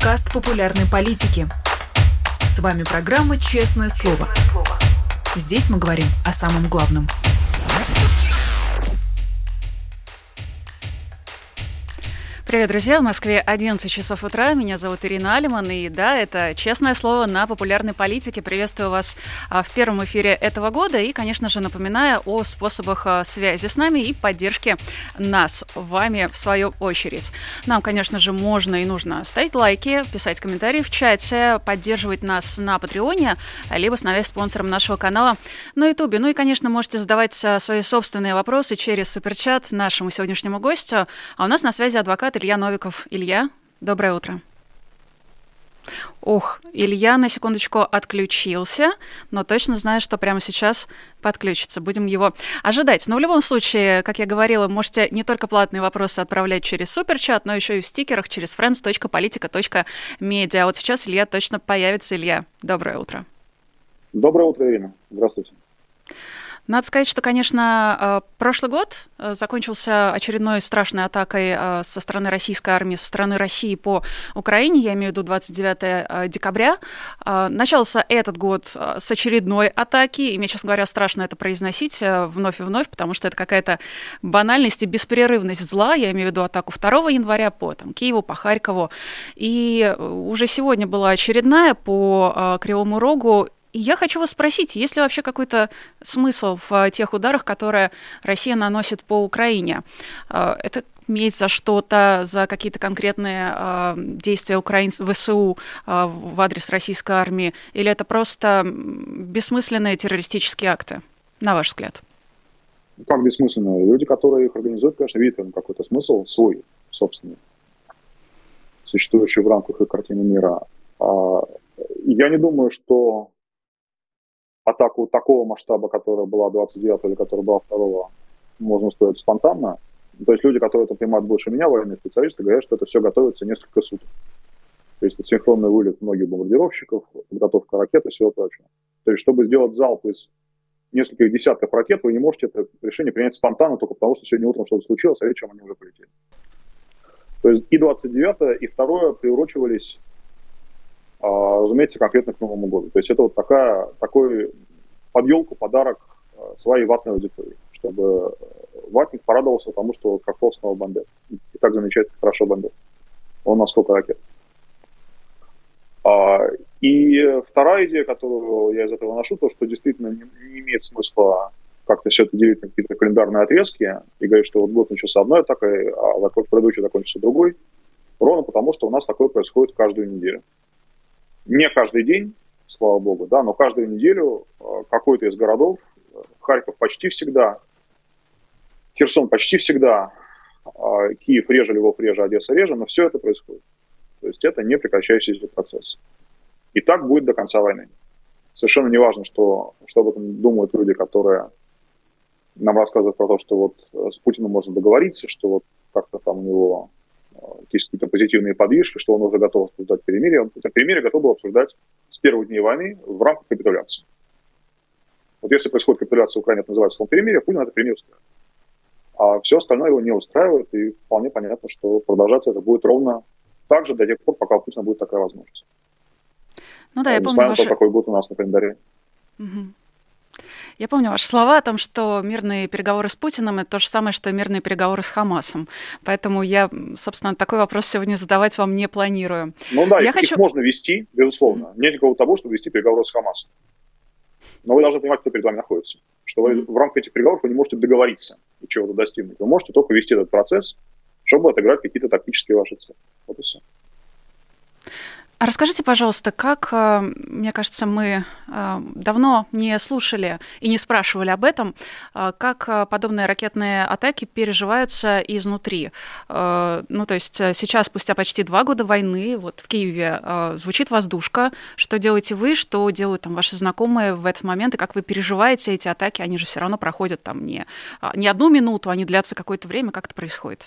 подкаст популярной политики. С вами программа «Честное слово». Здесь мы говорим о самом главном. Привет, друзья! В Москве 11 часов утра. Меня зовут Ирина Алиман. И да, это «Честное слово» на популярной политике. Приветствую вас в первом эфире этого года. И, конечно же, напоминаю о способах связи с нами и поддержки нас, вами, в свою очередь. Нам, конечно же, можно и нужно ставить лайки, писать комментарии в чате, поддерживать нас на Патреоне, либо становясь спонсором нашего канала на Ютубе. Ну и, конечно, можете задавать свои собственные вопросы через суперчат нашему сегодняшнему гостю. А у нас на связи адвокат Илья Новиков. Илья, доброе утро. Илья на секундочку отключился, но точно знаю, что прямо сейчас подключится. Будем его ожидать. Но в любом случае, как я говорила, можете не только платные вопросы отправлять через суперчат, но еще и в стикерах через friends.politica.media. А вот сейчас Илья точно появится. Илья, доброе утро. Доброе утро, Ирина. Здравствуйте. Надо сказать, что, конечно, прошлый год закончился очередной страшной атакой со стороны российской армии, со стороны России по Украине, я имею в виду 29 декабря. Начался этот год с очередной атаки, и мне, честно говоря, страшно это произносить вновь и вновь, потому что это какая-то банальность и беспрерывность зла, я имею в виду атаку 2 января по Киеву, по Харькову, и уже сегодня была очередная по Кривому Рогу. И я хочу вас спросить, есть ли вообще какой-то смысл в тех ударах, которые Россия наносит по Украине? Это месть за что-то, за какие-то конкретные действия ВСУ в адрес российской армии? Или это просто бессмысленные террористические акты, на ваш взгляд? Как бессмысленные? Люди, которые их организуют, конечно, видят в этом какой-то смысл свой, собственный, существующий в рамках их картины мира. Я не думаю, что атаку такого масштаба, которая была 29-го или которая была 2-го, можно устроить спонтанно. То есть люди, которые это понимают больше меня, военные специалисты, говорят, что это все готовится несколько суток. То есть это синхронный вылет многих бомбардировщиков, подготовка ракет и всего прочего. То есть чтобы сделать залп из нескольких десятков ракет, вы не можете это решение принять спонтанно только потому, что сегодня утром что-то случилось, а вечером они уже полетели. То есть и 29-е, и 2-е приурочивались, разумеется, конкретно к Новому году. То есть это вот такой под елку подарок своей ватной аудитории, чтобы ватник порадовался тому, что Кахов снова бомбят. И так замечательно, хорошо бомбят. Он на сколько ракет. И вторая идея, которую я из этого ношу, то, что действительно не имеет смысла как-то все это делить на какие-то календарные отрезки и говорить, что вот год начался одной атакой, а предыдущий закончится другой. Ровно потому, что у нас такое происходит каждую неделю. Не каждый день, слава богу, да, но каждую неделю какой-то из городов, Харьков почти всегда, Херсон почти всегда, Киев реже, Львов реже, Одесса реже, но все это происходит. То есть это не прекращающийся процесс. И так будет до конца войны. Совершенно не важно, что об этом думают люди, которые нам рассказывают про то, что вот с Путиным можно договориться, что вот как-то там у него есть какие-то позитивные подвижки, что он уже готов обсуждать перемирие. Это перемирие готов был обсуждать с первых дней войны в рамках капитуляции. Вот если происходит капитуляция Украины, это называется словом перемирие, Путин это перемирие устраивает. А все остальное его не устраивает, и вполне понятно, что продолжаться это будет ровно так же до тех пор, пока у Путина будет такая возможность. Ну да, я помню несмотря на то, какой год у нас на календаре. Угу. Я помню ваши слова о том, что мирные переговоры с Путиным – это то же самое, что мирные переговоры с Хамасом. Поэтому я, собственно, такой вопрос сегодня задавать вам не планирую. Ну да, их можно вести, безусловно. Нет никакого того, чтобы вести переговоры с Хамасом. Но вы должны понимать, кто перед вами находится. Что вы в рамках этих переговоров вы не можете договориться и чего-то достигнуть. Вы можете только вести этот процесс, чтобы отыграть какие-то тактические ваши цели. Вот и все. А расскажите, пожалуйста, как, мне кажется, мы давно не слушали и не спрашивали об этом, как подобные ракетные атаки переживаются изнутри. Ну, то есть сейчас, спустя почти 2 года войны, вот в Киеве звучит воздушка. Что делаете вы, что делают там ваши знакомые в этот момент, и как вы переживаете эти атаки? Они же все равно проходят там не 1 минуту, они длятся какое-то время. Как это происходит?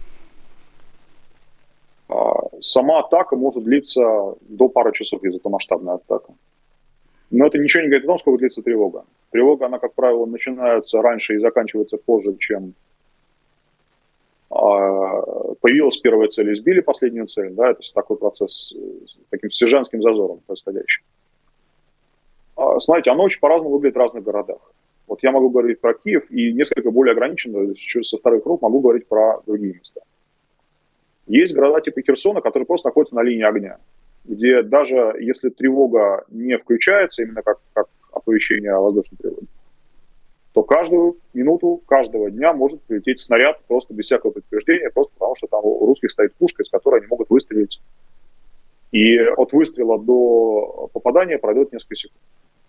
Сама атака может длиться до пары часов, если это масштабная атака. Но это ничего не говорит о том, сколько длится тревога. Тревога, она, как правило, начинается раньше и заканчивается позже, чем Появилась первая цель, избили последнюю цель, да, это такой процесс с таким сержантским зазором происходящим. Смотрите, оно очень по-разному выглядит в разных городах. Вот я могу говорить про Киев и несколько более ограниченно, со вторых рук могу говорить про другие места. Есть города типа Херсона, которые просто находятся на линии огня, где даже если тревога не включается, именно как оповещение о воздушной тревоге, то каждую минуту, каждого дня может прилететь снаряд просто без всякого предупреждения, просто потому что там у русских стоит пушка, из которой они могут выстрелить. И от выстрела до попадания пройдет несколько секунд.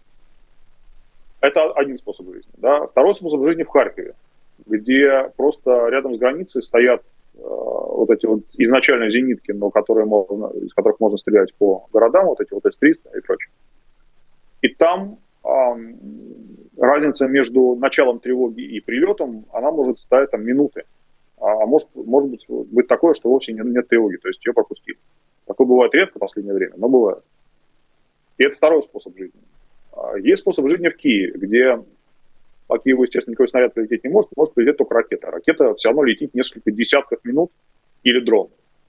Это один способ жизни. Да? Второй способ жизни в Харькове, где просто рядом с границей стоят вот эти вот изначально зенитки, но из которых можно стрелять по городам, вот эти вот С-300 и прочее. И там разница между началом тревоги и прилетом, она может составить там минуты. А может быть такое, что вовсе нет тревоги, то есть ее пропустили. Такое бывает редко в последнее время, но бывает. И это второй способ жизни. Есть способ жизни в Киеве, где по Киеву, естественно, никакой снаряд прилететь не может прилететь только ракета. Ракета все равно летит несколько десятков минут или дрон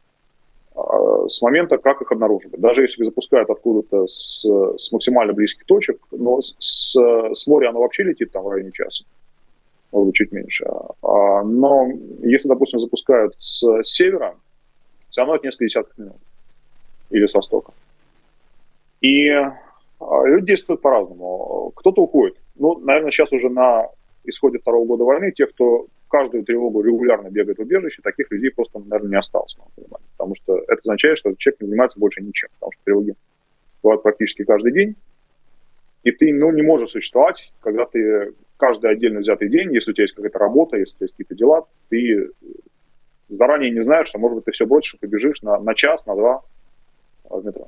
с момента, как их обнаружили. Даже если запускают откуда-то с максимально близких точек, но с моря оно вообще летит там в районе часа, может быть, чуть меньше. Но если, допустим, запускают с севера, все равно это несколько десятков минут. Или с востока. И люди действуют по-разному. Кто-то уходит. Ну, наверное, сейчас уже на исходе второго года войны те, кто каждую тревогу регулярно бегает в убежище, таких людей просто, наверное, не осталось. Потому что это означает, что человек не занимается больше ничем. Потому что тревоги бывают практически каждый день. И ты не можешь существовать, когда ты каждый отдельно взятый день, если у тебя есть какая-то работа, если у тебя есть какие-то дела, ты заранее не знаешь, что, может быть, ты все бросишь и побежишь на час, на два в метро.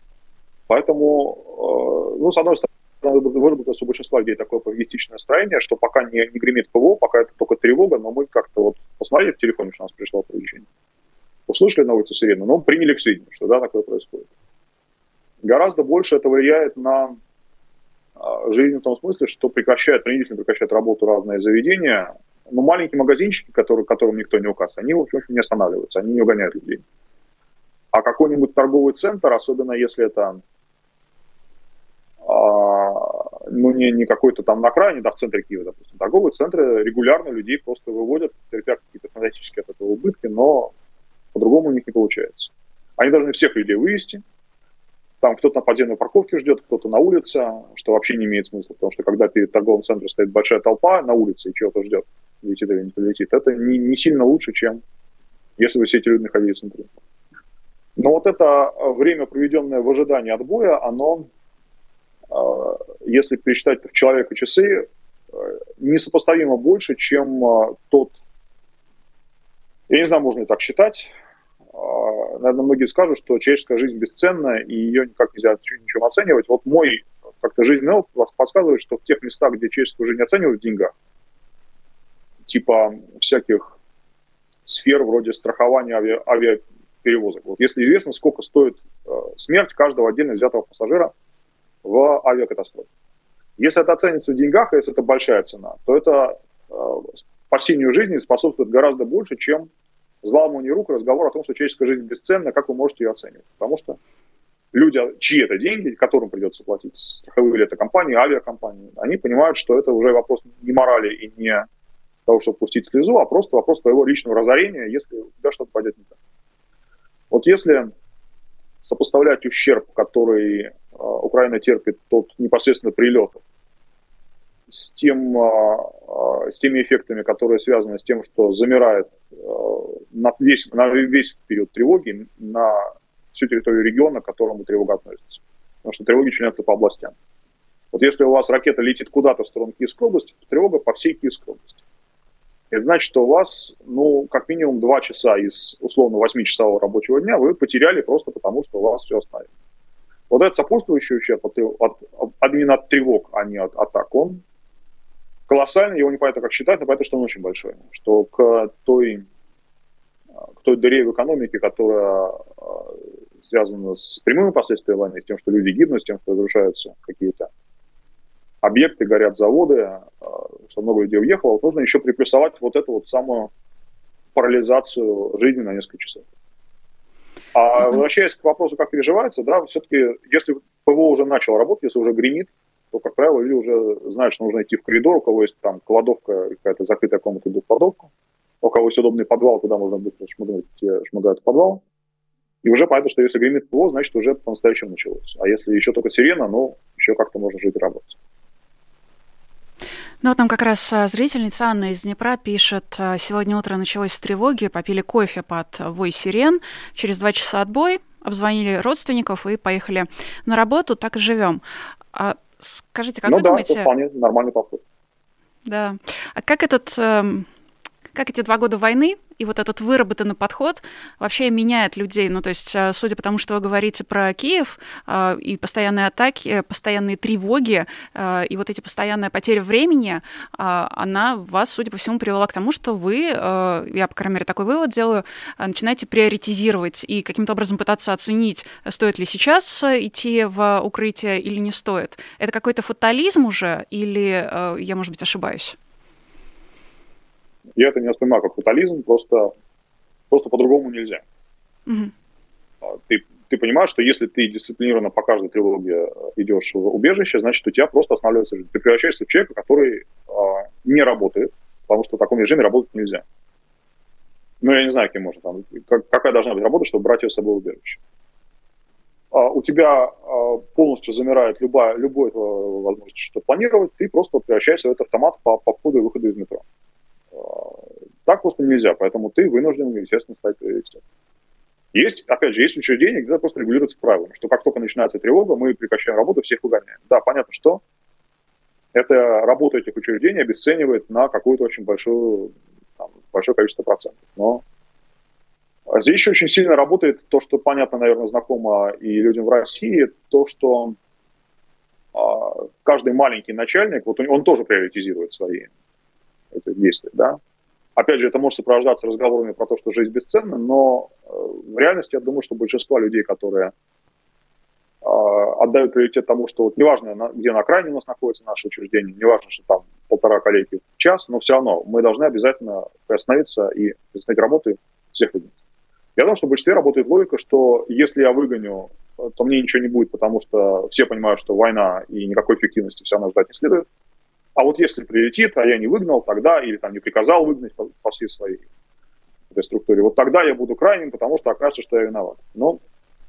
Поэтому, с одной стороны, выработалось у большинства людей такое повестичное настроение, что пока не гремит ПВО, пока это только тревога, но мы как-то вот посмотрели в телефоне, что у нас пришло оповещение, услышали на улице сирену, но приняли к сведению, что да, такое происходит. Гораздо больше это влияет на жизнь в том смысле, что принудительно прекращают работу разные заведения, но маленькие магазинчики, которым никто не указ, они, в общем, не останавливаются, они не угоняют людей. А какой-нибудь торговый центр, особенно если это не какой-то там на окраине, да, в центре Киева, допустим, торговые центры регулярно людей просто выводят, терпя какие-то фантастические от этого убытки, но по-другому у них не получается. Они должны всех людей вывести. Там кто-то на подземной парковке ждет, кто-то на улице, что вообще не имеет смысла, потому что когда перед торговым центром стоит большая толпа на улице и чего-то ждет, летит или не полетит, это не сильно лучше, чем если бы все эти люди находились внутри. Но вот это время, проведенное в ожидании отбоя, оно, если пересчитать в человека часы, несопоставимо больше, чем тот... Я не знаю, можно ли так считать. Наверное, многие скажут, что человеческая жизнь бесценна, и ее никак нельзя ничем оценивать. Вот мой как-то жизненный опыт подсказывает, что в тех местах, где человеческую жизнь оценивают в деньгах, типа всяких сфер вроде страхования авиаперевозок. Вот если известно, сколько стоит смерть каждого отдельно взятого пассажира в авиакатастрофе. Если это оценится в деньгах, если это большая цена, то это спасению жизни способствует гораздо больше, чем взламывание рук и разговор о том, что человеческая жизнь бесценна, как вы можете ее оценивать. Потому что люди, чьи это деньги, которым придется платить, страховые или это компании, авиакомпании, они понимают, что это уже вопрос не морали и не того, чтобы пустить слезу, а просто вопрос твоего личного разорения, если у тебя что-то пойдет не так. Вот если сопоставлять ущерб, который Украина терпит от непосредственно прилетов, с теми эффектами, которые связаны с тем, что замирает на весь период тревоги на всю территорию региона, к которому тревога относится. Потому что тревоги членятся по областям. Вот если у вас ракета летит куда-то в сторону Киевской области, то тревога по всей Киевской области. Это значит, что у вас, как минимум 2 часа из, условно, 8-часового рабочего дня вы потеряли просто потому, что у вас все оставили. Вот этот сопутствующий ущерб именно от тревог, а не от атак, он колоссальный, его непонятно как считать, но понятно, что он очень большой. Что к той дыре в экономике, которая связана с прямыми последствиями войны, с тем, что люди гибнут, с тем, что разрушаются какие-то объекты, горят заводы, что много людей уехало, вот нужно еще приплюсовать вот эту вот самую парализацию жизни на несколько часов. А возвращаясь к вопросу, как переживается, да, все-таки, если ПВО уже начало работать, если уже гремит, то, как правило, люди уже знают, что нужно идти в коридор, у кого есть там кладовка, какая-то закрытая комната, идут в кладовку, у кого есть удобный подвал, куда можно быстро шмыгнуть, те шмыгают в подвал. И уже понятно, что если гремит ПВО, значит, уже по-настоящему началось. А если еще только сирена, ну, еще как-то можно жить и работать. Ну вот нам как раз зрительница Анна из Днепра пишет: сегодня утром началось с тревоги, попили кофе под вой сирен, через 2 часа отбой, обзвонили родственников и поехали на работу, так и живем. А скажите, как вы думаете... это вполне нормальный подход. Да. А как эти 2 года войны и вот этот выработанный подход вообще меняет людей? Ну, то есть, судя по тому, что вы говорите про Киев, и постоянные атаки, постоянные тревоги, и вот эти постоянные потери времени, она вас, судя по всему, привела к тому, что вы, я, по крайней мере, такой вывод делаю, начинаете приоритизировать и каким-то образом пытаться оценить, стоит ли сейчас идти в укрытие или не стоит. Это какой-то фатализм уже, или я, может быть, ошибаюсь? Я это не воспринимаю как фатализм, просто по-другому нельзя. Угу. Ты понимаешь, что если ты дисциплинированно по каждой тревоге идешь в убежище, значит, у тебя просто останавливается жизнь. Ты превращаешься в человека, который не работает, потому что в таком режиме работать нельзя. Ну, я не знаю, кем можно там. Какая должна быть работа, чтобы брать ее с собой в убежище. У тебя полностью замирает любая возможность что-то планировать, ты просто превращаешься в этот автомат по входу и выходу из метро. Так просто нельзя, поэтому ты вынужден, естественно, стать приоритетом. Опять же, есть учреждения, где просто регулируется правилом, что как только начинается тревога, мы прекращаем работу, всех выгоняем. Да, понятно, что это работа этих учреждений обесценивает на какое-то очень большое количество процентов. Но здесь еще очень сильно работает то, что, понятно, наверное, знакомо и людям в России, то, что каждый маленький начальник, вот он тоже приоритизирует свои эти действия, да. Опять же, это может сопровождаться разговорами про то, что жизнь бесценна, но в реальности я думаю, что большинство людей, которые отдают приоритет тому, что вот неважно, где на окраине у нас находится наше учреждение, неважно, что там 1,5 коллеги в час, но все равно мы должны обязательно приостановиться и приостановить работу всех выгнать. Я думаю, что в большинстве работает логика, что если я выгоню, то мне ничего не будет, потому что все понимают, что война и никакой эффективности все равно ждать не следует. А вот если прилетит, а я не выгнал, тогда, или там не приказал выгнать по всей своей этой структуре, вот тогда я буду крайним, потому что окажется, что я виноват. Но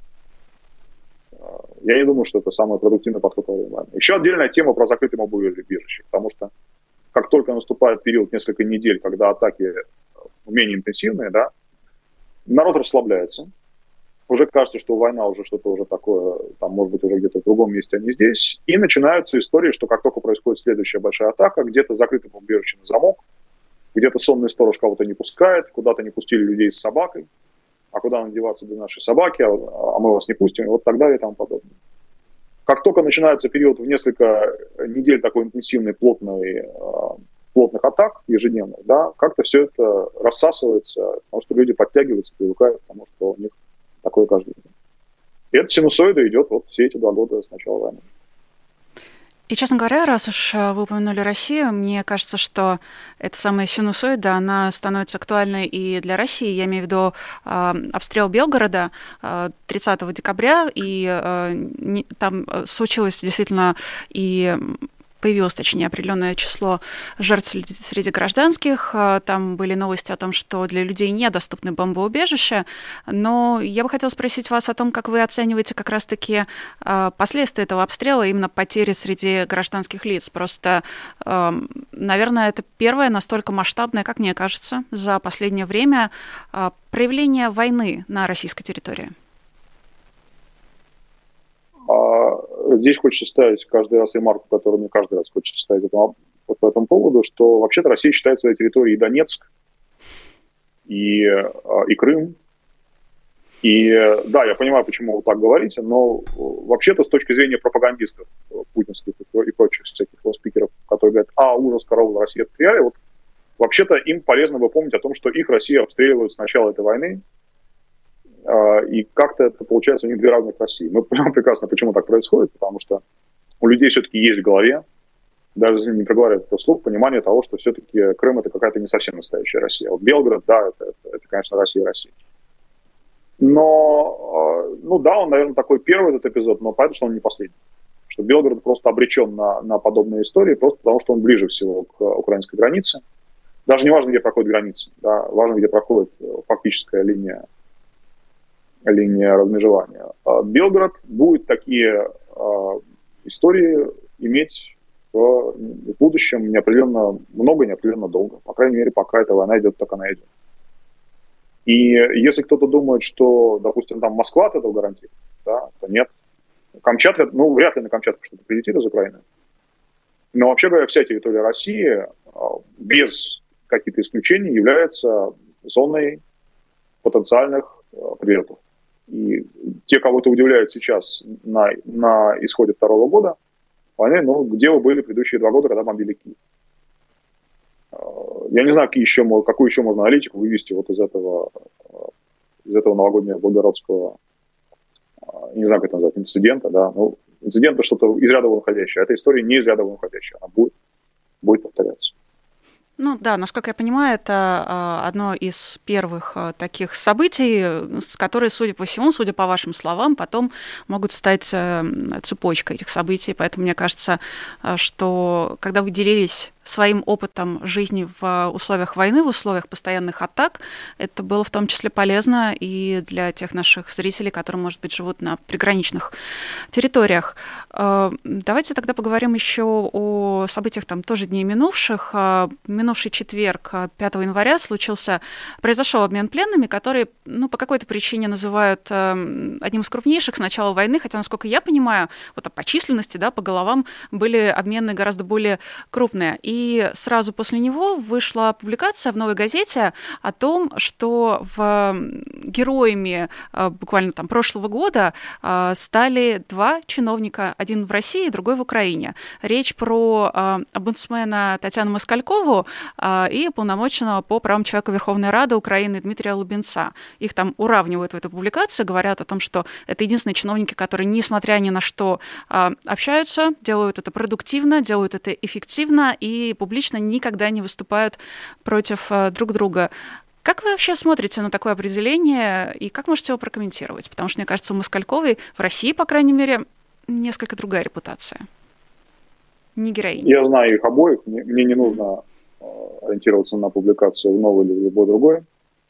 я не думаю, что это самый продуктивный подход во время войны. Еще отдельная тема про закрытые мобоубежища, потому что как только наступает период несколько недель, когда атаки менее интенсивные, да, народ расслабляется. Уже кажется, что война уже что-то уже такое, там, может быть, уже где-то в другом месте, а не здесь. И начинаются истории, что как только происходит следующая большая атака, где-то закрытым убежище на замок, где-то сонный сторож кого-то не пускает, куда-то не пустили людей с собакой, а куда нам деваться без нашей собаки, а мы вас не пустим, и вот так далее и тому подобное. Как только начинается период в несколько недель такой интенсивной, плотных атак ежедневных, да, как-то все это рассасывается, потому что люди подтягиваются, привыкают к тому, что у них такое каждый день. И эта синусоида идет вот все эти 2 года с начала войны. И, честно говоря, раз уж вы упомянули Россию, мне кажется, что эта самая синусоида, она становится актуальной и для России. Я имею в виду обстрел Белгорода 30 декабря, и там случилось действительно и... Появилось, точнее, определенное число жертв среди гражданских. Там были новости о том, что для людей недоступны бомбоубежища. Но я бы хотела спросить вас о том, как вы оцениваете как раз-таки последствия этого обстрела, именно потери среди гражданских лиц. Просто, наверное, это первое настолько масштабное, как мне кажется, за последнее время проявление войны на российской территории. Здесь хочется ставить каждый раз ремарку, которую мне каждый раз хочется ставить по этому поводу, что вообще-то Россия считает своей территорией и Донецк, и Крым. И да, я понимаю, почему вы так говорите, но вообще-то с точки зрения пропагандистов путинских и прочих всяких спикеров, которые говорят, ужас, караул, Россия обстреляли, вот вообще-то им полезно бы помнить о том, что их Россия обстреливают с начала этой войны, и как-то это получается у них 2 равных России. Мы понимаем прекрасно, почему так происходит, потому что у людей все-таки есть в голове даже если не проговаривать это вслух, понимание того, что все-таки Крым — это какая-то не совсем настоящая Россия. Вот Белгород, да, это конечно, Россия. Но, да, он, наверное, такой первый этот эпизод, но понятно, что он не последний. Что Белгород просто обречен на подобные истории, просто потому что он ближе всего к украинской границе. Даже не важно, где проходит граница, да, важно, где проходит фактическая линия размежевания. Белгород будет такие истории иметь в будущем неопределенно много, неопределенно долго. По крайней мере, пока эта война идет, так она идет. И если кто-то думает, что, допустим, там Москва от этого гарантирует, да, то нет. Камчатка, вряд ли на Камчатку что-то прилетит из Украины. Но вообще говоря, вся территория России без каких-то исключений является зоной потенциальных прилетов. И те, кого это удивляет сейчас на исходе второго года войны, где вы были предыдущие 2 года, когда бомбили Киев? Я не знаю, какую еще можно аналитику вывести вот из этого новогоднего Белгородского, не знаю, как это назвать, инцидента, да. Инцидент — это что-то из ряда вон выходящее. Эта история не из ряда вон выходящая, она будет повторяться. Да, насколько я понимаю, это одно из первых таких событий, которые, судя по всему, судя по вашим словам, потом могут стать цепочкой этих событий. Поэтому мне кажется, что когда вы делились своим опытом жизни в условиях войны, в условиях постоянных атак, это было в том числе полезно и для тех наших зрителей, которые, может быть, живут на приграничных территориях. Давайте тогда поговорим еще о событиях там тоже дней минувших. Минувший четверг, 5 января, произошел обмен пленными, которые, по какой-то причине называют одним из крупнейших с начала войны, хотя, насколько я понимаю, по численности, да, по головам были обмены гораздо более крупные. И сразу после него вышла публикация в «Новой газете» о том, что героями буквально прошлого года стали 2 чиновника, один в России, другой в Украине. Речь про омбудсмена Татьяну Москалькову и уполномоченного по правам человека Верховной Рады Украины Дмитрия Лубенца. Их там уравнивают в этой публикации, говорят о том, что это единственные чиновники, которые, несмотря ни на что, общаются, делают это продуктивно, делают это эффективно и публично никогда не выступают против друг друга. Как вы вообще смотрите на такое определение и как можете его прокомментировать? Потому что, мне кажется, у Москальковой в России, по крайней мере, несколько другая репутация. Не героиня. Я знаю их обоих. Мне не нужно ориентироваться на публикацию в «Новой» или в любой другой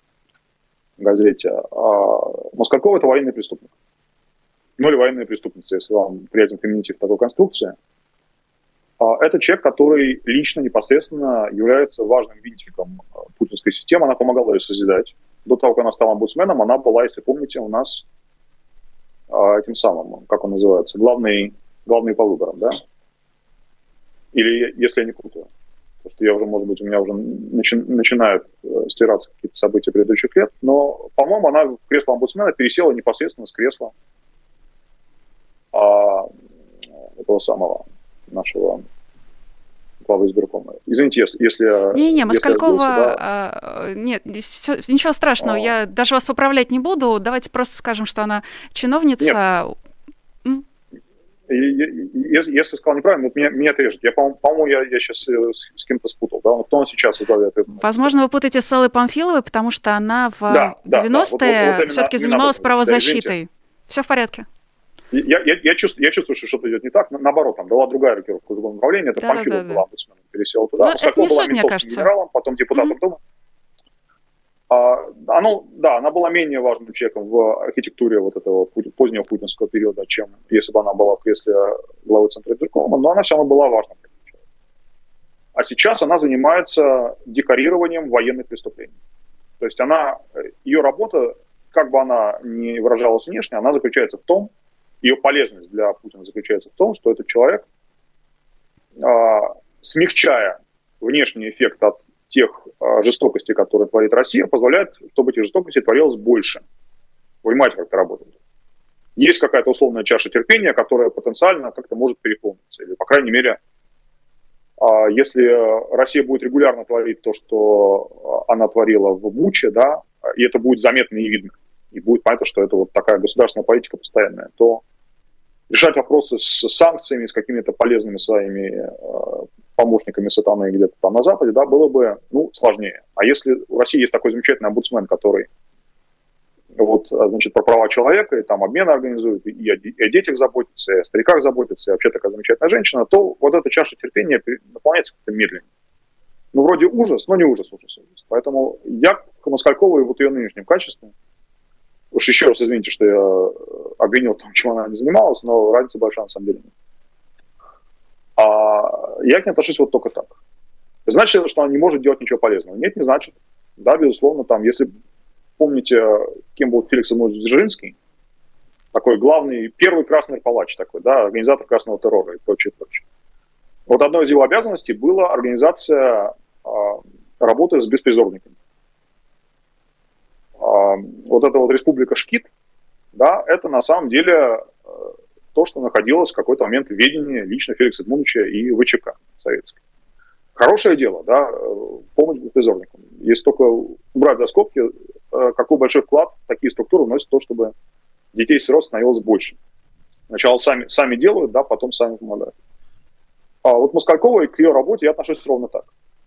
газете. Москалькова — это военный преступник. Или военная преступница, если вам приятен феминитив такой конструкции. Это человек, который лично, непосредственно является важным винтиком путинской системы. Она помогала ее созидать. До того, как она стала омбудсменом, она была, если помните, у нас этим самым, как он называется, главный по выборам, да? Или, если я не путаю. Потому что у меня уже начинают стираться какие-то события предыдущих лет. Но, по-моему, она в кресло омбудсмена пересела непосредственно с кресла этого самого нашего главы избиркома. Извините, если... Не-не, Москалькова... Нет, ничего страшного, я даже вас поправлять не буду. Давайте просто скажем, что она чиновница... Нет. Если сказал неправильно, меня это режет. По-моему, я сейчас с кем-то спутал. Да? Кто он сейчас возглавляет? Возможно, вы путаете с Аллой Памфиловой, потому что она в 90-е все-таки занималась правозащитой. Все в порядке. Я чувствую, что что-то идет не так. Наоборот, там была другая рокировка в другом направлении. Это Памфилова была омбудсменом, пересела туда. Это не суть, мне кажется. Генералом, потом депутатом Думы. Она была менее важным человеком в архитектуре вот этого позднего путинского периода, чем если бы она была в кресле главы Центра избиркома, но она все равно была важным человеком. А сейчас она занимается декорированием военных преступлений. То есть ее работа, как бы она ни выражалась внешне, она заключается в том, ее полезность для Путина заключается в том, что этот человек, смягчая внешний эффект от тех жестокостей, которые творит Россия, позволяет, чтобы этих жестокостей творилось больше. Вы понимаете, как это работает? Есть какая-то условная чаша терпения, которая потенциально как-то может переполниться. Или, по крайней мере, если Россия будет регулярно творить то, что она творила в Буче, да, и это будет заметно и видно, и будет понятно, что это вот такая государственная политика постоянная, то решать вопросы с санкциями, с какими-то полезными своими помощниками сатаны где-то там на Западе, да, было бы, сложнее. А если у России есть такой замечательный омбудсмен, который про права человека, и там обмен организует, и о детях заботится, и о стариках заботится, и вообще такая замечательная женщина, то вот эта чаша терпения наполняется как-то медленнее. Вроде ужас, но не ужас. Поэтому я к Москальковой в ее нынешнем качестве, уж еще раз извините, что я обвинил в том, чем она не занималась, но разница большая на самом деле нет. Я к ней отношусь вот только так. Значит ли, что она не может делать ничего полезного? Нет, не значит. Да, безусловно, если помните, кем был Феликс Иванович Дзержинский, такой главный, первый красный палач такой, да, организатор красного террора и прочее. Вот одной из его обязанностей была организация работы с беспризорниками. Вот эта вот республика Шкит, да, это на самом деле то, что находилось в какой-то момент в ведении лично Феликса Эдмундовича и ВЧК советской. Хорошее дело, да, помощь беспризорникам. Если только убрать за скобки, какой большой вклад такие структуры вносят в то, чтобы детей-сирот становилось больше. Сначала сами делают, да, потом сами помогают. А вот Москальковой к ее работе я отношусь ровно так.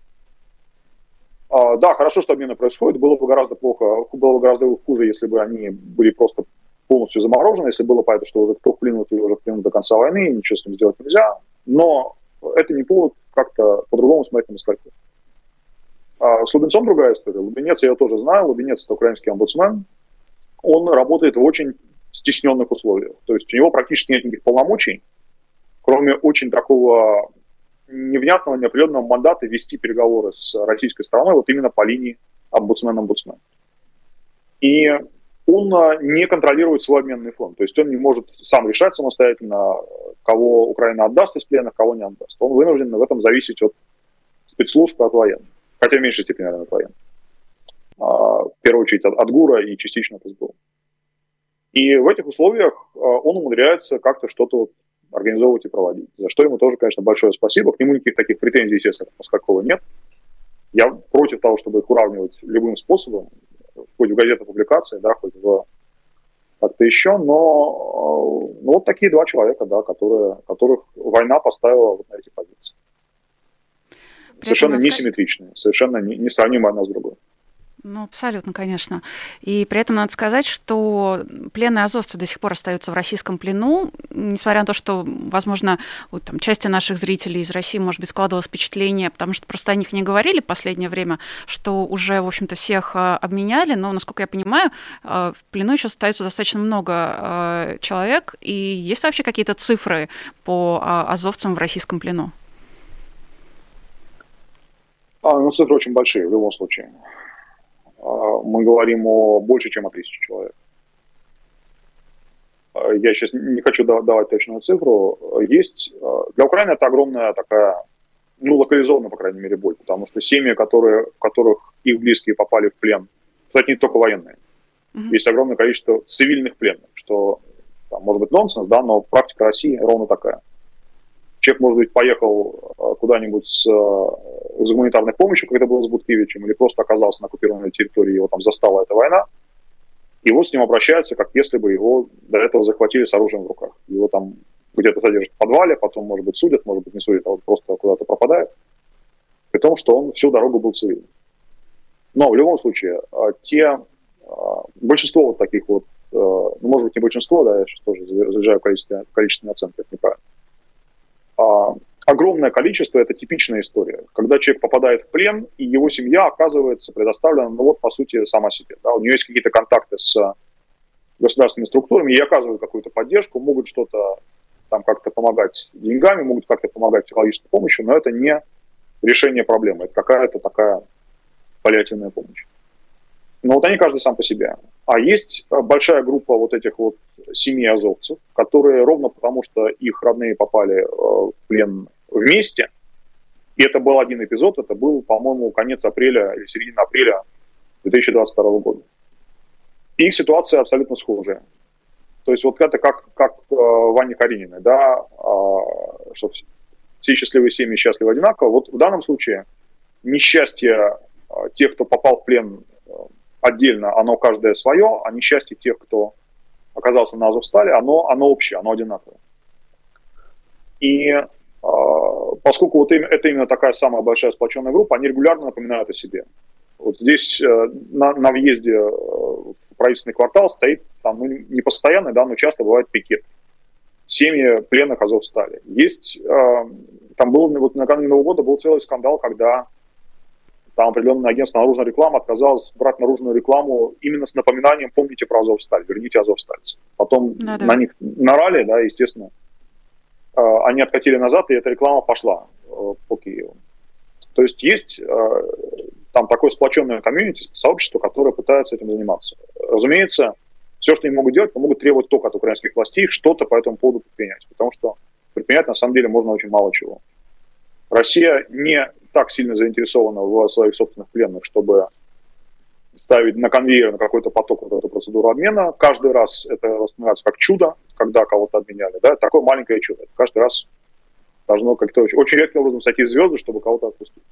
Да, хорошо, что обмены происходят, было бы гораздо хуже, если бы они были просто полностью заморожены, если было понятно, что уже кто вклинут, и уже вклинут до конца войны, ничего с ним сделать нельзя. Но это не повод как-то по-другому смотреть на Москалькову. С Лубенцом другая история. Лубенец, я его тоже знаю, Лубенец – это украинский омбудсмен. Он работает в очень стесненных условиях. То есть у него практически нет никаких полномочий, кроме очень такого невнятного, неопределенного мандата вести переговоры с российской стороной вот именно по линии омбудсмен-омбудсмен. И он не контролирует свой обменный фонд. То есть он не может сам решать самостоятельно, кого Украина отдаст из пленных, кого не отдаст. Он вынужден в этом зависеть от спецслужб и от военных. Хотя в меньшей степени, наверное, от военных. В первую очередь от ГУРа и частично от СБУ. И в этих условиях он умудряется как-то что-то организовывать и проводить. За что ему тоже, конечно, большое спасибо. К нему никаких таких претензий, естественно, Москалькова нет. Я против того, чтобы их уравнивать любым способом, хоть в газетах, публикации, да, хоть в как-то еще, но вот такие два человека, да, которых война поставила вот на эти позиции. Совершенно несимметричные, совершенно несравнимые одна с другой. Ну, абсолютно, конечно. И при этом надо сказать, что пленные азовцы до сих пор остаются в российском плену, несмотря на то, что, возможно, у части наших зрителей из России, может быть, складывалось впечатление, потому что просто о них не говорили в последнее время, что уже, в общем-то, всех обменяли, но, насколько я понимаю, в плену еще остается достаточно много человек. И есть вообще какие-то цифры по азовцам в российском плену? Цифры очень большие в любом случае. Мы говорим о больше, чем о 1000 человек. Я сейчас не хочу давать точную цифру. Есть для Украины это огромная такая, локализованная, по крайней мере, боль, потому что семьи, в которых их близкие попали в плен, кстати, не только военные, есть огромное количество цивильных пленных, что может быть нонсенс, да, но практика России ровно такая. Человек, может быть, поехал куда-нибудь с гуманитарной помощью, как это было с Буткевичем, или просто оказался на оккупированной территории, его там застала эта война, и вот с ним обращаются, как если бы его до этого захватили с оружием в руках. Его там где-то содержат в подвале, потом, может быть, судят, может быть, не судят, а вот просто куда-то пропадает, при том, что он всю дорогу был цивильным. Но в любом случае, большинство вот таких вот, может быть, не большинство, да, я сейчас тоже заезжаю в количественные оценки, это неправильно. Огромное количество – это типичная история. Когда человек попадает в плен, и его семья оказывается предоставлена, по сути, сама себе. Да? У нее есть какие-то контакты с государственными структурами, ей оказывают какую-то поддержку, могут что-то там как-то помогать деньгами, могут как-то помогать психологической помощью, но это не решение проблемы, это какая-то такая паллиативная помощь. Но вот они каждый сам по себе. А есть большая группа вот этих вот семей азовцев, которые ровно потому, что их родные попали в плен вместе, и это был один эпизод, это был, по-моему, конец апреля или середина апреля 2022 года. И их ситуация абсолютно схожая. То есть вот это как Ване Карениной, да, что все счастливые семьи счастливы одинаково. Вот в данном случае несчастье тех, кто попал в плен отдельно, оно каждое свое, а несчастье тех, кто оказался на Азовстале, оно общее, оно одинаковое. И поскольку вот это именно такая самая большая сплоченная группа, они регулярно напоминают о себе. Вот здесь на въезде в правительственный квартал стоит, там, ну, не постоянно, да, но часто бывает пикет. Семьи пленных Азовстали. Есть, там был, вот накануне Нового года был целый скандал, когда там определенное агентство наружной рекламы отказалось брать наружную рекламу именно с напоминанием «Помните про Азовсталь, верните азовстальцев». Потом на них нарали, да, естественно. Они откатили назад, и эта реклама пошла по Киеву. То есть там такое сплоченное комьюнити, сообщество, которое пытается этим заниматься. Разумеется, все, что они могут делать, могут требовать только от украинских властей что-то по этому поводу предпринять. Потому что предпринять на самом деле можно очень мало чего. Россия не так сильно заинтересована в своих собственных пленных, чтобы ставить на конвейер, на какой-то поток вот эту процедуру обмена. Каждый раз это воспринимается как чудо, когда кого-то обменяли. Да? Такое маленькое чудо. Каждый раз должно как-то очень редким образом сойти в звезды, чтобы кого-то отпустить.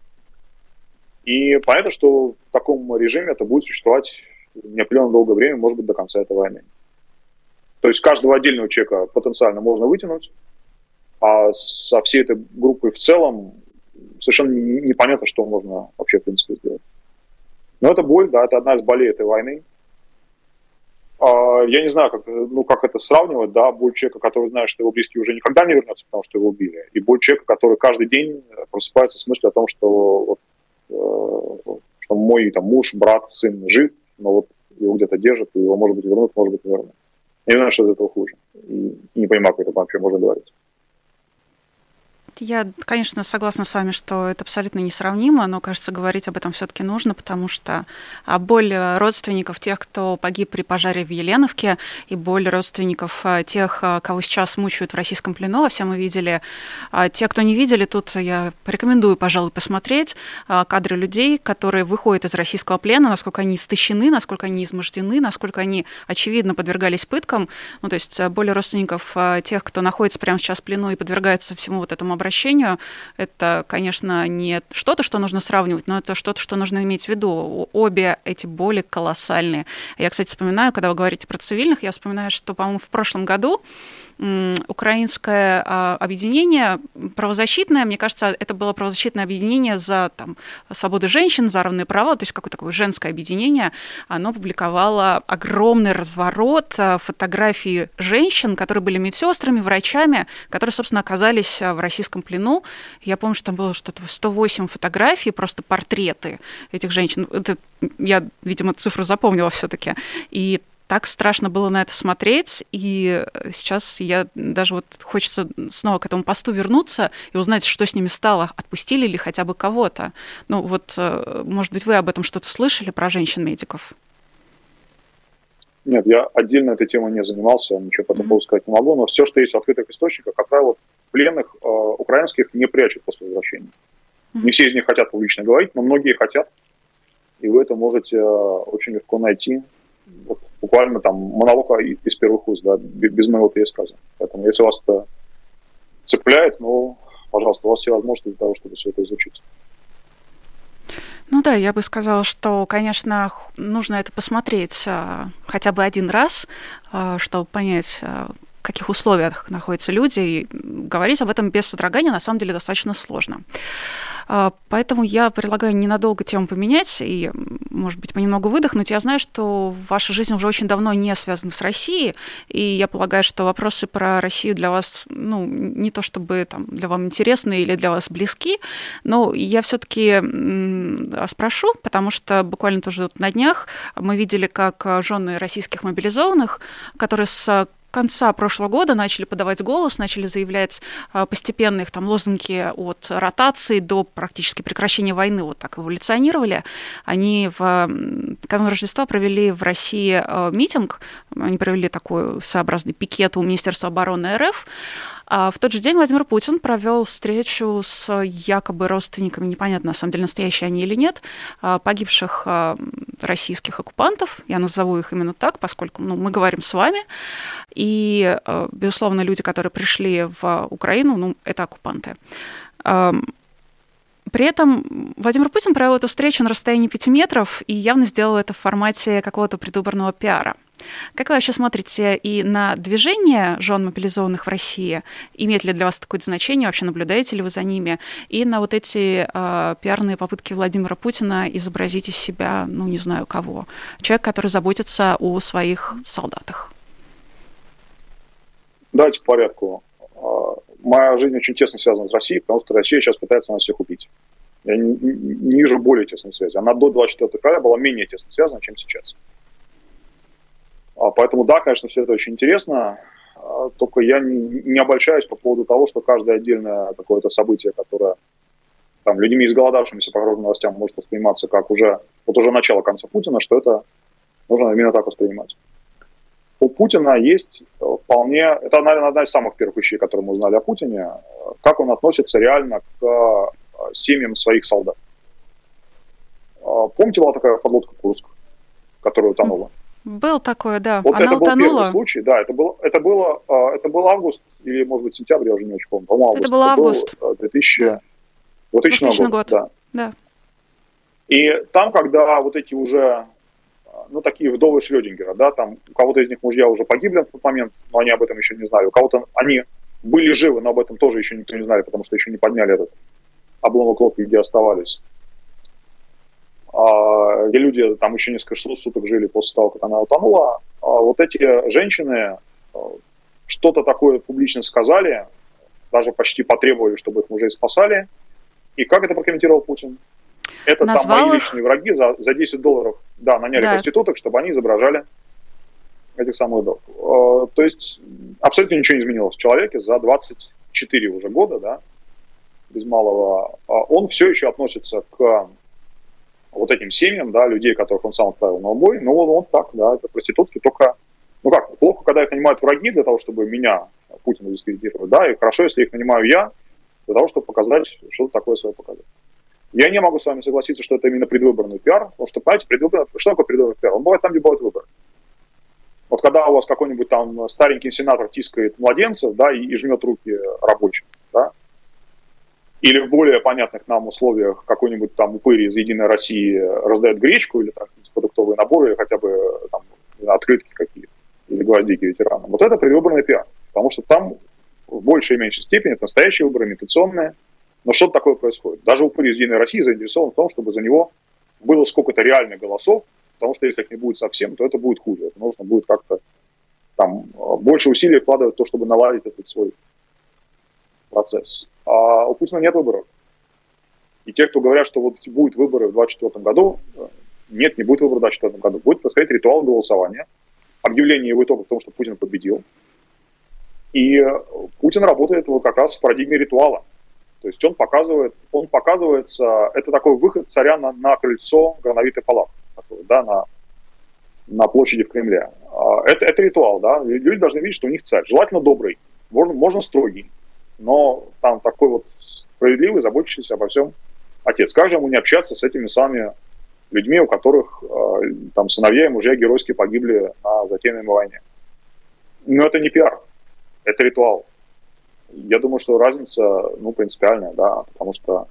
И понятно, что в таком режиме это будет существовать неопределенно долгое время, может быть, до конца этой войны. То есть каждого отдельного человека потенциально можно вытянуть, а со всей этой группой в целом совершенно непонятно, что можно вообще, в принципе, сделать. Но это боль, да, это одна из болей этой войны. Я не знаю, как это сравнивать, да, боль человека, который знает, что его близкий уже никогда не вернется, потому что его убили, и боль человека, который каждый день просыпается с мыслью о том, что мой там, муж, брат, сын жив, но вот его где-то держат, и его, может быть, вернут, может быть, не вернут. Я не знаю, что из этого хуже. И не понимаю, как это вообще можно говорить. Я, конечно, согласна с вами, что это абсолютно несравнимо, но, кажется, говорить об этом все-таки нужно, потому что боль родственников тех, кто погиб при пожаре в Еленовке, и боль родственников тех, кого сейчас мучают в российском плену, а все мы видели. Те, кто не видели, тут я порекомендую, пожалуй, посмотреть кадры людей, которые выходят из российского плена, насколько они истощены, насколько они измождены, насколько они, очевидно, подвергались пыткам. Ну, то есть боль родственников тех, кто находится прямо сейчас в плену и подвергается всему вот этому обращению, это, конечно, не что-то, что нужно сравнивать, но это что-то, что нужно иметь в виду. Обе эти боли колоссальные. Я, кстати, вспоминаю, когда вы говорите про цивильных, я вспоминаю, что, по-моему, в прошлом году украинское объединение правозащитное, мне кажется, это было правозащитное объединение за свободы женщин, за равные права, то есть какое-то такое женское объединение, оно публиковало огромный разворот фотографий женщин, которые были медсестрами, врачами, которые, собственно, оказались в российском плену. Я помню, что там было что-то 108 фотографий, просто портреты этих женщин. Я, видимо, цифру запомнила все-таки. И так страшно было на это смотреть, и сейчас я даже вот хочется снова к этому посту вернуться и узнать, что с ними стало, отпустили ли хотя бы кого-то. Ну вот, может быть, вы об этом что-то слышали про женщин-медиков? Нет, я отдельно этой темой не занимался, ничего по этому поводу сказать не могу, но все, что есть в открытых источниках, как правило, пленных украинских не прячут после возвращения. Не все из них хотят публично говорить, но многие хотят, и вы это можете очень легко найти. Вот, буквально там монолог из первых уст, да, без моего пересказа. Поэтому, если вас это цепляет, пожалуйста, у вас все возможности для того, чтобы все это изучить. Ну да, я бы сказала, что, конечно, нужно это посмотреть хотя бы один раз, чтобы понять, в каких условиях находятся люди, и говорить об этом без содрогания на самом деле достаточно сложно. Поэтому я предлагаю ненадолго тему поменять и, может быть, понемногу выдохнуть. Я знаю, что ваша жизнь уже очень давно не связана с Россией, и я полагаю, что вопросы про Россию для вас, не то чтобы для вас интересны или для вас близки, но я все-таки спрошу, потому что буквально тоже на днях мы видели, как жены российских мобилизованных, которые с конца прошлого года начали подавать голос, начали заявлять постепенно их лозунги от ротации до практически прекращения войны, вот так эволюционировали. Они в канун Рождества провели в России митинг, они провели такой своеобразный пикет у Министерства обороны РФ. А в тот же день Владимир Путин провел встречу с якобы родственниками, непонятно, на самом деле, настоящие они или нет, погибших российских оккупантов. Я назову их именно так, поскольку мы говорим с вами. И, безусловно, люди, которые пришли в Украину, это оккупанты. При этом Владимир Путин провел эту встречу на расстоянии 5 метров и явно сделал это в формате какого-то предвыборного пиара. Как вы вообще смотрите и на движение жен мобилизованных в России? Имеет ли для вас такое значение? Вообще наблюдаете ли вы за ними? И на вот эти пиарные попытки Владимира Путина изобразить из себя, ну, не знаю кого, человек, который заботится о своих солдатах? Давайте по порядку. Моя жизнь очень тесно связана с Россией, потому что Россия сейчас пытается нас всех убить. Я не вижу более тесной связи. Она до 24 февраля была менее тесно связана, чем сейчас. Поэтому, да, конечно, все это очень интересно, только я не обольщаюсь по поводу того, что каждое отдельное какое-то событие, которое там, людьми изголодавшимися по разным новостям может восприниматься как уже начало конца Путина, что это нужно именно так воспринимать. У Путина есть вполне... Это, наверное, одна из самых первых вещей, которые мы узнали о Путине, как он относится реально к семьям своих солдат. Помните, была такая подлодка «Курск», которая утонула? Был такое, да. Вот она это утонула. Был первый случай, да, это был август, или, может быть, сентябрь, я уже не очень помню. По-моему, август. Это был август. 2000 год. Да. И там, когда вот эти уже, такие вдовы Шрёдингера, да, там у кого-то из них мужья уже погибли в тот момент, но они об этом еще не знали. У кого-то они были живы, но об этом тоже еще никто не знали, потому что еще не подняли этот обломок лодки, где оставались. Где люди там еще несколько суток жили после того, как она утонула. Вот эти женщины что-то такое публично сказали, даже почти потребовали, чтобы их мужей спасали. И как это прокомментировал Путин? Это там мои личные враги за $10 наняли проституток, чтобы они изображали этих самых вдов. То есть абсолютно ничего не изменилось в человеке за 24 уже года, да, без малого. Он все еще относится к вот этим семьям, да, людей, которых он сам отправил на убой, он так, да, это проститутки, только, плохо, когда их нанимают враги для того, чтобы меня, Путина, дискредитировать, да, и хорошо, если их нанимаю я, для того, чтобы показать, что-то такое свое показать. Я не могу с вами согласиться, что это именно предвыборный пиар, потому что, понимаете, что такое предвыборный пиар? Он бывает там, где бывают выборы. Вот когда у вас какой-нибудь там старенький сенатор тискает младенцев, да, и жмет руки рабочим, да, или в более понятных нам условиях какой-нибудь там упырь из «Единой России» раздает гречку или там, продуктовые наборы, или хотя бы там, открытки какие-то, или гвоздики ветеранам. Вот это предвыборный пиар, потому что там в большей и меньшей степени это настоящие выборы, имитационные, но что-то такое происходит. Даже упырь из «Единой России» заинтересован в том, чтобы за него было сколько-то реальных голосов, потому что если их не будет совсем, то это будет хуже. Это нужно будет как-то там больше усилий вкладывать в то, чтобы наладить этот свой процесс. А у Путина нет выборов. И те, кто говорят, что вот будут выборы в 2024 году, нет, не будет выборов в 2024 году. Будет происходить ритуал голосования, объявление его итогов в том, что Путин победил. И Путин работает вот как раз в парадигме ритуала. То есть он показывается, это такой выход царя на крыльцо Грановитой палаты, да, на площади в Кремле. Это ритуал, да. Люди должны видеть, что у них царь. Желательно добрый, можно строгий, но там такой вот справедливый, заботящийся обо всем отец. Как же ему не общаться с этими самыми людьми, у которых там сыновья и мужья геройски погибли на затеянной войне? Но это не пиар, это ритуал. Я думаю, что разница, принципиальная, да, потому что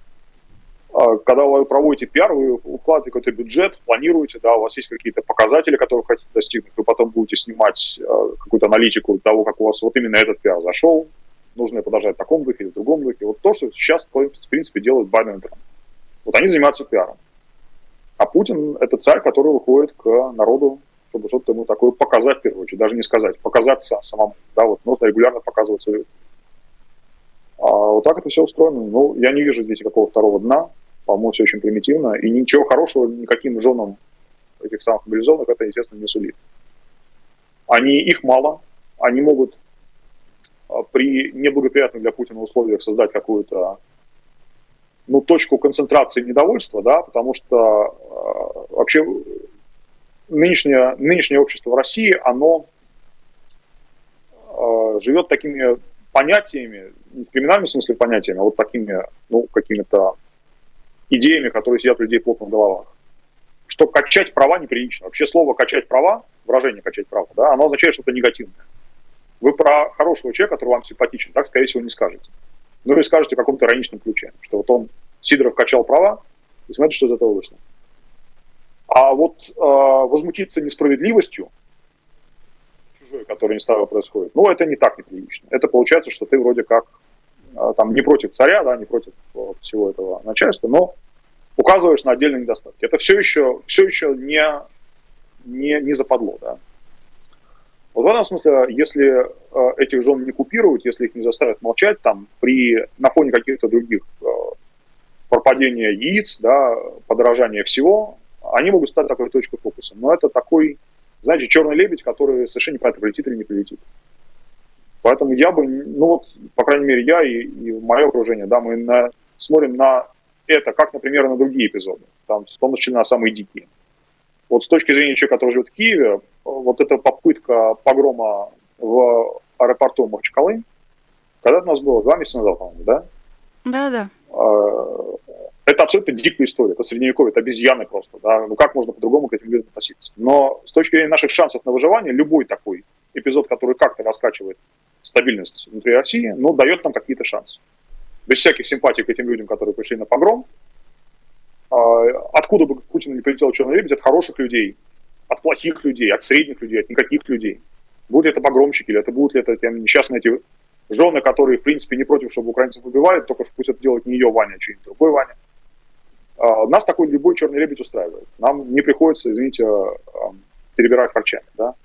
когда вы проводите пиар, вы укладываете какой-то бюджет, планируете, да, у вас есть какие-то показатели, которых хотите достигнуть, вы потом будете снимать какую-то аналитику того, как у вас вот именно этот пиар зашел, нужно продолжать в таком духе или в другом духе. Вот то, что сейчас, в принципе, делают Байден и Трамп. Вот они занимаются пиаром. А Путин – это царь, который выходит к народу, чтобы что-то ему такое показать, в первую очередь, даже не сказать, показаться самому. Да, вот нужно регулярно показывать свою. А вот так это все устроено. Я не вижу здесь какого второго дна. По-моему, все очень примитивно. И ничего хорошего никаким женам этих самых мобилизованных это, естественно, не сулит. Их мало. Они могут при неблагоприятных для Путина условиях создать какую-то точку концентрации недовольства, да, потому что вообще нынешнее общество в России, оно живет такими понятиями, не в криминальном смысле понятиями, а вот такими, какими-то идеями, которые сидят у людей плотно в головах. Что качать права неприлично. Вообще слово «качать права», выражение «качать права», да, оно означает что-то негативное. Вы про хорошего человека, который вам симпатичен, так, скорее всего, не скажете. Или скажете в каком-то ироничном ключе, что вот он, Сидоров, качал права, и смотрите, что из этого вышло. А вот возмутиться несправедливостью, которые не с тобой происходят, это не так неприлично. Это получается, что ты вроде как там не против царя, да, не против всего этого начальства, но указываешь на отдельные недостатки. Это все еще не западло, да. Вот в этом смысле, если этих жен не купируют, если их не заставят молчать, там, на фоне каких-то других пропадения яиц, да, подорожания всего, они могут стать такой точкой фокуса. Но это такой, знаете, черный лебедь, который совершенно непонятно, прилетит или не прилетит. Поэтому я бы, по крайней мере, я и мое окружение, да, мы смотрим на это, как, например, на другие эпизоды, там, в том числе на самые дикие. Вот с точки зрения человека, который живет в Киеве, вот эта попытка погрома в аэропорту Махачкалы, когда это у нас было 2 месяца назад, по-моему, да? Да. Это абсолютно дикая история, это средневековье, это обезьяны просто, да, как можно по-другому к этим людям относиться. Но с точки зрения наших шансов на выживание, любой такой эпизод, который как-то раскачивает стабильность внутри России, дает нам какие-то шансы. Без всяких симпатий к этим людям, которые пришли на погром, откуда бы Путин не прилетел черный лебедь, от хороших людей, от плохих людей, от средних людей, от никаких людей. Будут ли это погромщики, или будут ли это несчастные эти жены, которые, в принципе, не против, чтобы украинцев убивали, только пусть это делает не ее Ваня, а чей-нибудь другой Ваня. Нас такой любой черный лебедь устраивает. Нам не приходится, извините, перебирать харчами, да.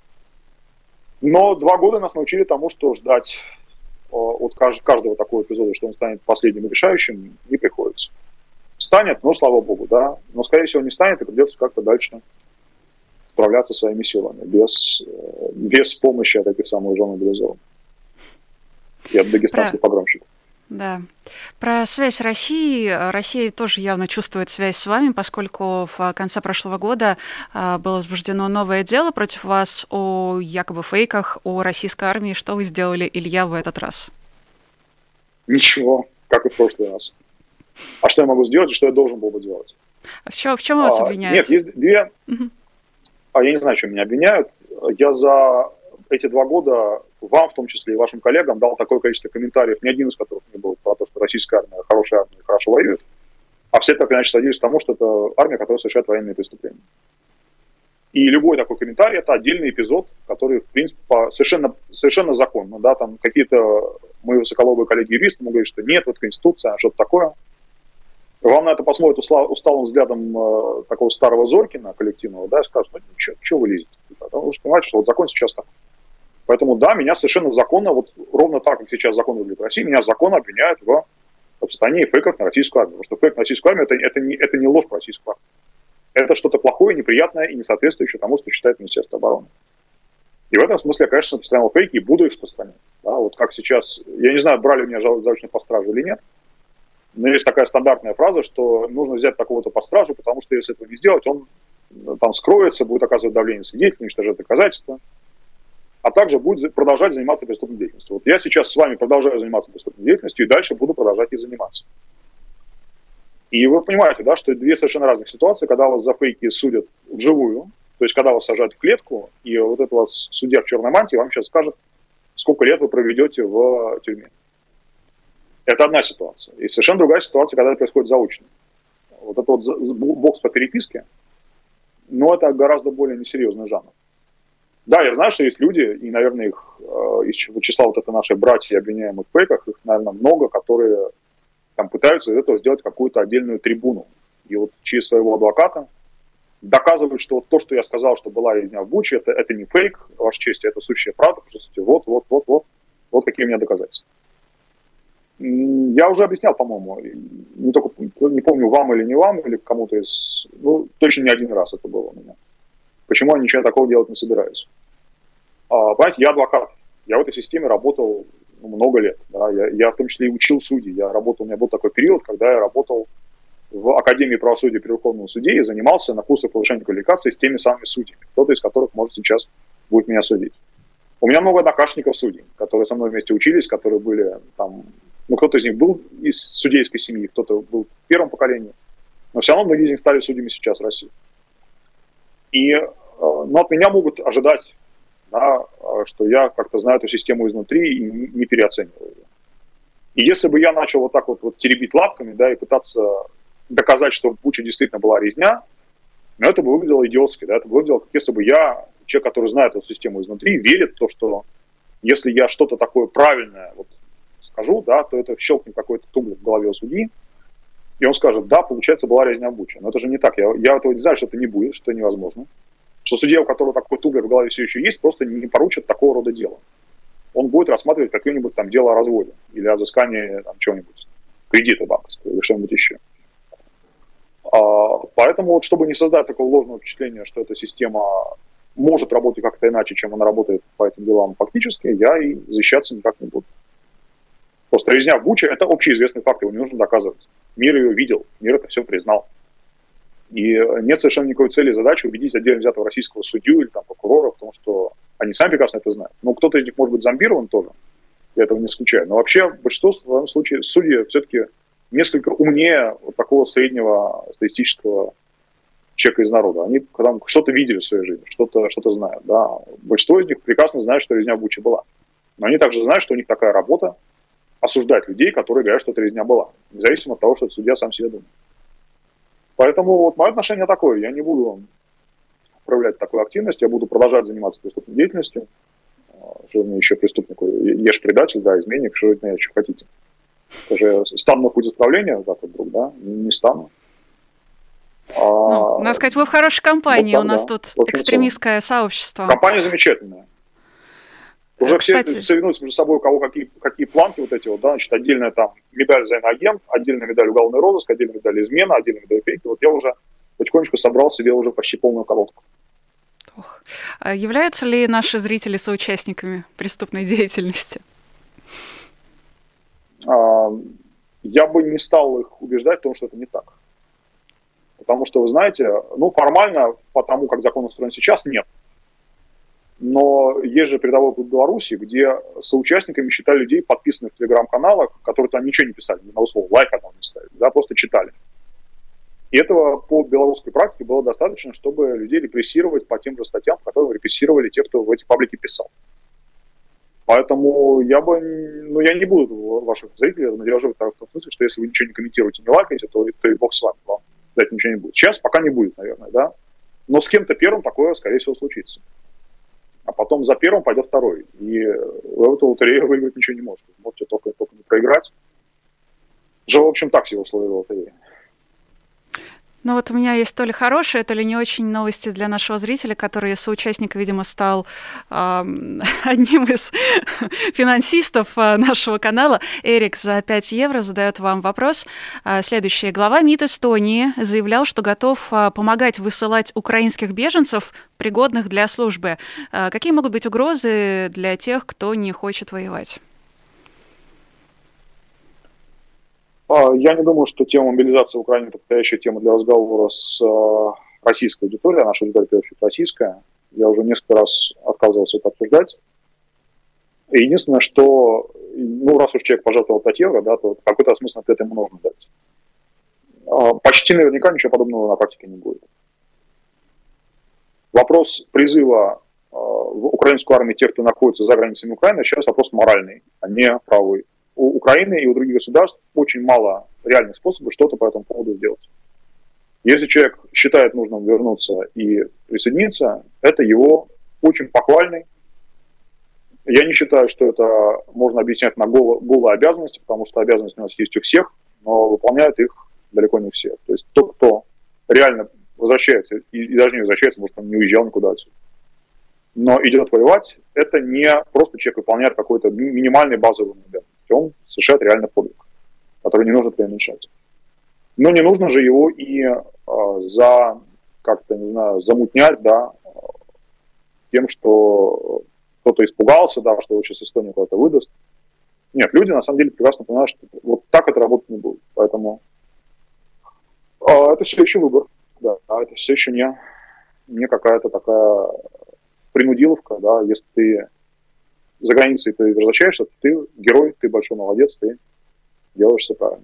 Но 2 года нас научили тому, что ждать от каждого такого эпизода, что он станет последним и решающим, не приходится. Станет, слава богу, да, но, скорее всего, не станет, и придется как-то дальше справляться своими силами, без помощи от этих самых жен мобилизованных и от дагестанских погромщиков. Да. Про связь России. Россия тоже явно чувствует связь с вами, поскольку в конце прошлого года было возбуждено новое дело против вас о якобы фейках о российской армии. Что вы сделали, Илья, в этот раз? Ничего, как и в прошлый раз. А что я могу сделать и что я должен был бы делать? В чем вас обвиняют? Нет, есть 2... Я не знаю, чем меня обвиняют. Я за эти 2 года вам, в том числе и вашим коллегам, дал такое количество комментариев, ни один из которых не был про то, что российская армия хорошая армия, хорошо воюет, а все так иначе садились к тому, что это армия, которая совершает военные преступления. И любой такой комментарий – это отдельный эпизод, который, в принципе, совершенно законно. Да, там какие-то мои высоколобые коллеги-юристы могут говорить, что нет, вот Конституция, что-то такое. Вам на это посмотрят усталым взглядом такого старого Зорькина коллективного, да, и скажут, что вы лезете? Потому что понимаете, что вот закон сейчас так. Поэтому, да, меня совершенно законно, вот ровно так, как сейчас закон выглядит в России, меня законно обвиняют в распространении фейков на российскую армию. Потому что фейк на российскую армию это не ложь про российскую армию. Это что-то плохое, неприятное и не соответствующее тому, что считает Министерство обороны. И в этом смысле я, конечно, распространял фейки и буду их распространять. Да, вот как сейчас, я не знаю, брали меня заочно под стражу или нет, но есть такая стандартная фраза, что нужно взять такого-то под стражу, потому что если этого не сделать, он там скроется, будет оказывать давление свидетелей, уничтожать доказательства, а также будет продолжать заниматься преступной деятельностью. Вот я сейчас с вами продолжаю заниматься преступной деятельностью и дальше буду продолжать ей заниматься. И вы понимаете, да, что это 2 совершенно разных ситуации, когда вас за фейки судят вживую, то есть когда вас сажают в клетку, и вот этот вас судья в черной мантии вам сейчас скажет, сколько лет вы проведете в тюрьме. Это одна ситуация. И совершенно другая ситуация, когда это происходит заочно. Вот это вот бокс по переписке, но это гораздо более несерьезный жанр. Да, я знаю, что есть люди, и, наверное, их из числа вот это наших братьев, обвиняемых в фейках, их, наверное, много, которые там пытаются из этого сделать какую-то отдельную трибуну. И вот через своего адвоката доказывают, что вот то, что я сказал, что была резня в Буче, это не фейк, ваша честь, это сущая правда, потому что вот какие у меня доказательства. Я уже объяснял, по-моему, не помню, вам или не вам, или кому-то из... точно не один раз это было у меня. Почему я ничего такого делать не собираюсь? Понимаете, я адвокат. Я в этой системе работал много лет. Да? Я в том числе и учил судей. У меня был такой период, когда я работал в Академии правосудия при Верховном суде и занимался на курсах повышения квалификации с теми самыми судьями, кто-то из которых, может, сейчас будет меня судить. У меня много однокашников судей, которые со мной вместе учились, которые были там... кто-то из них был из судейской семьи, кто-то был в первом поколении, но все равно многие из них стали судьями сейчас в России. Но от меня могут ожидать, да, что я как-то знаю эту систему изнутри и не переоцениваю ее. И если бы я начал вот так вот теребить лапками, да, и пытаться доказать, что в Буче действительно была резня, это бы выглядело идиотски, да, это бы выглядело, как если бы я человек, который знает эту систему изнутри, верит в то, что если я что-то такое правильное вот скажу, да, то это щелкнет какой-то тумблер в голове у судьи, и он скажет, да, получается, была резня в Буче. Но это же не так. Я этого не знаю, что это не будет, что это невозможно. Что судья, у которого такой тумблер в голове все еще есть, просто не поручит такого рода дело. Он будет рассматривать какое-нибудь там дело о разводе или о взыскании там чего-нибудь, кредита банковского или что-нибудь еще. Поэтому, вот, чтобы не создать такого ложного впечатления, что эта система может работать как-то иначе, чем она работает по этим делам фактически, я и защищаться никак не буду. Просто резня в Буче – это общеизвестный факт, его не нужно доказывать. Мир ее видел, мир это все признал. И нет совершенно никакой цели и задачи убедить отдельно взятого российского судью или там, прокурора, потому что они сами прекрасно это знают. Ну, кто-то из них может быть зомбирован тоже, я этого не исключаю. Но вообще большинство в своем случае судьи все-таки несколько умнее вот такого среднего статистического человека из народа. Они там что-то видели в своей жизни, что-то знают. Да. Большинство из них прекрасно знают, что резня в Буче была. Но они также знают, что у них такая работа осуждать людей, которые говорят, что эта резня была, независимо от того, что судья сам себе думает. Поэтому вот мое отношение такое. Я не буду проявлять такую активность, я буду продолжать заниматься преступной деятельностью. Что мне еще преступнику? Ешь предатель, да, изменник, что от меня еще хотите. Даже стану на путь исправления, так вот вдруг, да, не стану. Ну, надо сказать, вы в хорошей компании, вот так, у нас тут экстремистское сообщество. Компания замечательная. Уже все соревнуются между собой, у кого какие планки вот эти вот, да, значит, отдельная там медаль за иноагент, отдельная медаль уголовный розыск, отдельная медаль измена, отдельная медаль фейки. Вот я уже потихонечку собрал себе уже почти полную колодку. Ох. А являются ли наши зрители соучастниками преступной деятельности? Я бы не стал их убеждать в том, что это не так. Потому что, вы знаете, ну, формально, по тому, как закон устроен сейчас, нет. Но есть же передовой путь Беларуси, где соучастниками считали людей, подписанных в телеграм-каналах, которые там ничего не писали, ни на условно, лайк одного не ставили, да, просто читали. И этого по белорусской практике было достаточно, чтобы людей репрессировать по тем же статьям, которые репрессировали те, кто в эти паблики писал. Поэтому я не буду ваших зрителей надерживать в том смысле, что если вы ничего не комментируете, не лайкаете, то и бог с вами, вам за это ничего не будет. Сейчас пока не будет, наверное, да. Но с кем-то первым такое, скорее всего, случится. А потом за первым пойдет второй. И в эту лотерею выиграть ничего не можете. Можете только не проиграть. Же, в общем, так себе условия лотереи. Ну вот у меня есть то ли хорошие, то ли не очень новости для нашего зрителя, который соучастник, видимо, стал одним из финансистов нашего канала. Эрик за 5 евро задает вам вопрос. Следующий. Глава МИД Эстонии заявлял, что готов помогать высылать украинских беженцев, пригодных для службы. Какие могут быть угрозы для тех, кто не хочет воевать? Я не думаю, что тема мобилизации в Украине – это подходящая тема для разговора с российской аудиторией. Наша аудитория, в первую очередь, российская. Я уже несколько раз отказывался это обсуждать. И единственное, что, ну, раз уж человек пожертвовал 5 евро, да, то какой-то осмысленный ответ ему нужно дать. Почти наверняка ничего подобного на практике не будет. Вопрос призыва в украинскую армию тех, кто находится за границами Украины, сейчас вопрос моральный, а не правовой. У Украины и у других государств очень мало реальных способов что-то по этому поводу сделать. Если человек считает нужным вернуться и присоединиться, это его очень похвальный. Я не считаю, что это можно объяснять на голые обязанности, потому что обязанности у нас есть у всех, но выполняют их далеко не все. То есть тот, кто реально возвращается, и даже не возвращается, может, он не уезжал никуда отсюда, но идет воевать, это не просто человек выполняет какой-то минимальный базовый обязанность. Он совершает реально подвиг, который не нужно преуменьшать. Но не нужно же его и замутнять, да, тем, что кто-то испугался, да, что его сейчас Эстония куда-то выдаст. Нет, люди на самом деле прекрасно понимают, что вот так это работать не будет. Поэтому это все еще выбор, да, это все еще не какая-то такая принудиловка, да, если ты за границей ты возвращаешься, ты герой, ты большой молодец, ты делаешь все правильно.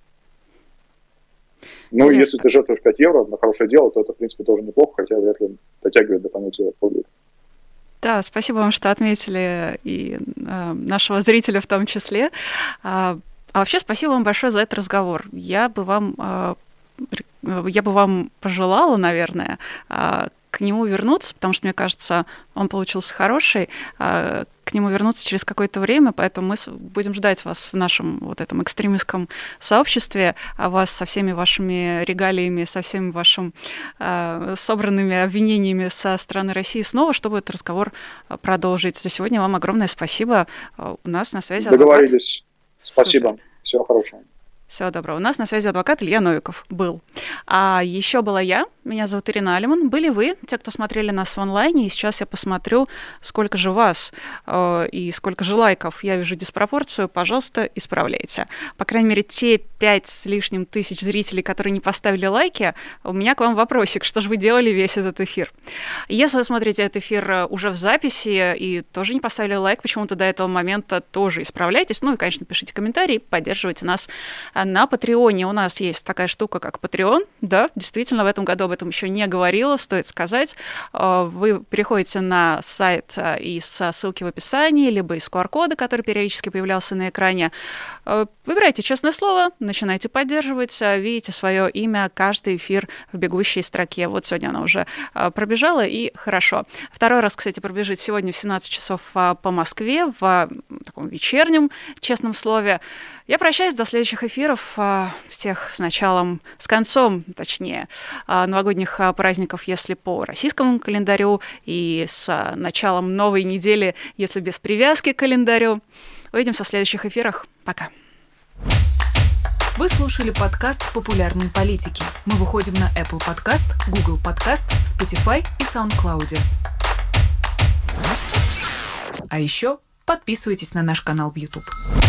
Ну, и если ты жертвуешь 5 евро на хорошее дело, то это, в принципе, тоже неплохо, хотя вряд ли дотягивает до понятия подвиг. Да, спасибо вам, что отметили и нашего зрителя в том числе. А вообще спасибо вам большое за этот разговор. Я бы вам пожелала, наверное, к нему вернуться, потому что, мне кажется, он получился хороший, к нему вернуться через какое-то время, поэтому мы будем ждать вас в нашем вот этом экстремистском сообществе, а вас со всеми вашими регалиями, со всеми вашими собранными обвинениями со стороны России снова, чтобы этот разговор продолжить. За сегодня вам огромное спасибо. У нас на связи адвокат. Договорились. Спасибо. Супер. Всего хорошего. Всего доброго. У нас на связи адвокат Илья Новиков был. А еще была я, меня зовут Ирина Алиман. Были вы, те, кто смотрели нас в онлайне, и сейчас я посмотрю, сколько же вас и сколько же лайков. Я вижу диспропорцию, пожалуйста, исправляйте. По крайней мере, те 5 с лишним тысяч зрителей, которые не поставили лайки, у меня к вам вопросик, что же вы делали весь этот эфир? Если вы смотрите этот эфир уже в записи и тоже не поставили лайк почему-то до этого момента, тоже исправляйтесь. Ну и, конечно, пишите комментарии, поддерживайте нас на Патреоне. У нас есть такая штука, как Patreon. Да, действительно, в этом году об этом еще не говорила, стоит сказать. Вы переходите на сайт из ссылки в описании, либо из QR-кода, который периодически появлялся на экране. Выбирайте «Честное слово», начинайте поддерживать, видите свое имя, каждый эфир в бегущей строке. Вот сегодня она уже пробежала, и хорошо. Второй раз, кстати, пробежит сегодня в 17 часов по Москве, в таком вечернем «Честном слове». Я прощаюсь до следующих эфиров, всех с концом, точнее, новогодних праздников, если по российскому календарю, и с началом новой недели, если без привязки к календарю. Увидимся в следующих эфирах. Пока. Вы слушали подкаст «Популярные политики». Мы выходим на Apple Podcast, Google Podcast, Spotify и SoundCloud. А еще подписывайтесь на наш канал в YouTube.